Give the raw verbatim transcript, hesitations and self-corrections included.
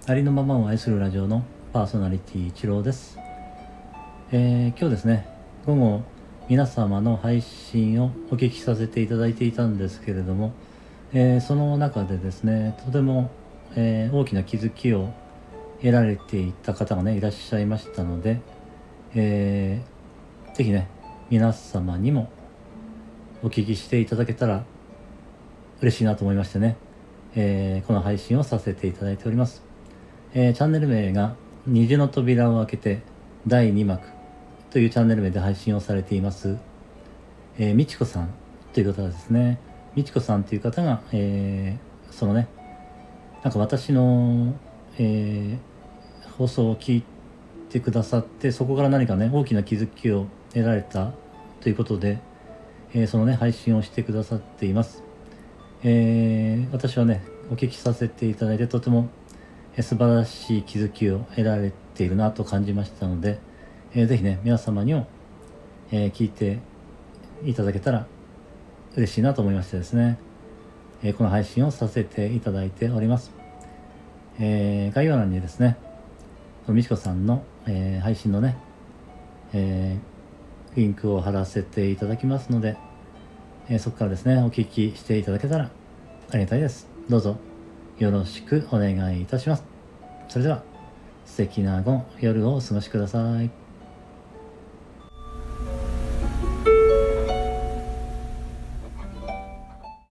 ありのままを愛するラジオのパーソナリティ一郎です。えー、今日ですね、午後皆様の配信をお聞きさせていただいていたんですけれども、えー、その中でですね、とても、えー、大きな気づきを得られていた方がねいらっしゃいましたので、えー、ぜひね皆様にもお聞きしていただけたら嬉しいなと思いましてね、えー、この配信をさせていただいております。えー、チャンネル名が虹の扉を開けてだいに幕というチャンネル名で配信をされています、えー、みちこさんという方がですね、みちこさんという方が、えー、そのね、なんか私の、えー、放送を聞いてくださって、そこから何かね大きな気づきを得られたということで、えー、そのね配信をしてくださっています。えー、私はねお聞きさせていただいてとても素晴らしい気づきを得られているなと感じましたので、えー、ぜひね皆様にも、えー、聞いていただけたら嬉しいなと思いましてですね、えー、この配信をさせていただいております。えー、概要欄にですねみちこさんの、えー、配信のね、えー、リンクを貼らせていただきますので、えー、そこからですねお聞きしていただけたらありがたいです。どうぞよろしくお願いいたします。それでは素敵な午夜をお過ごしください。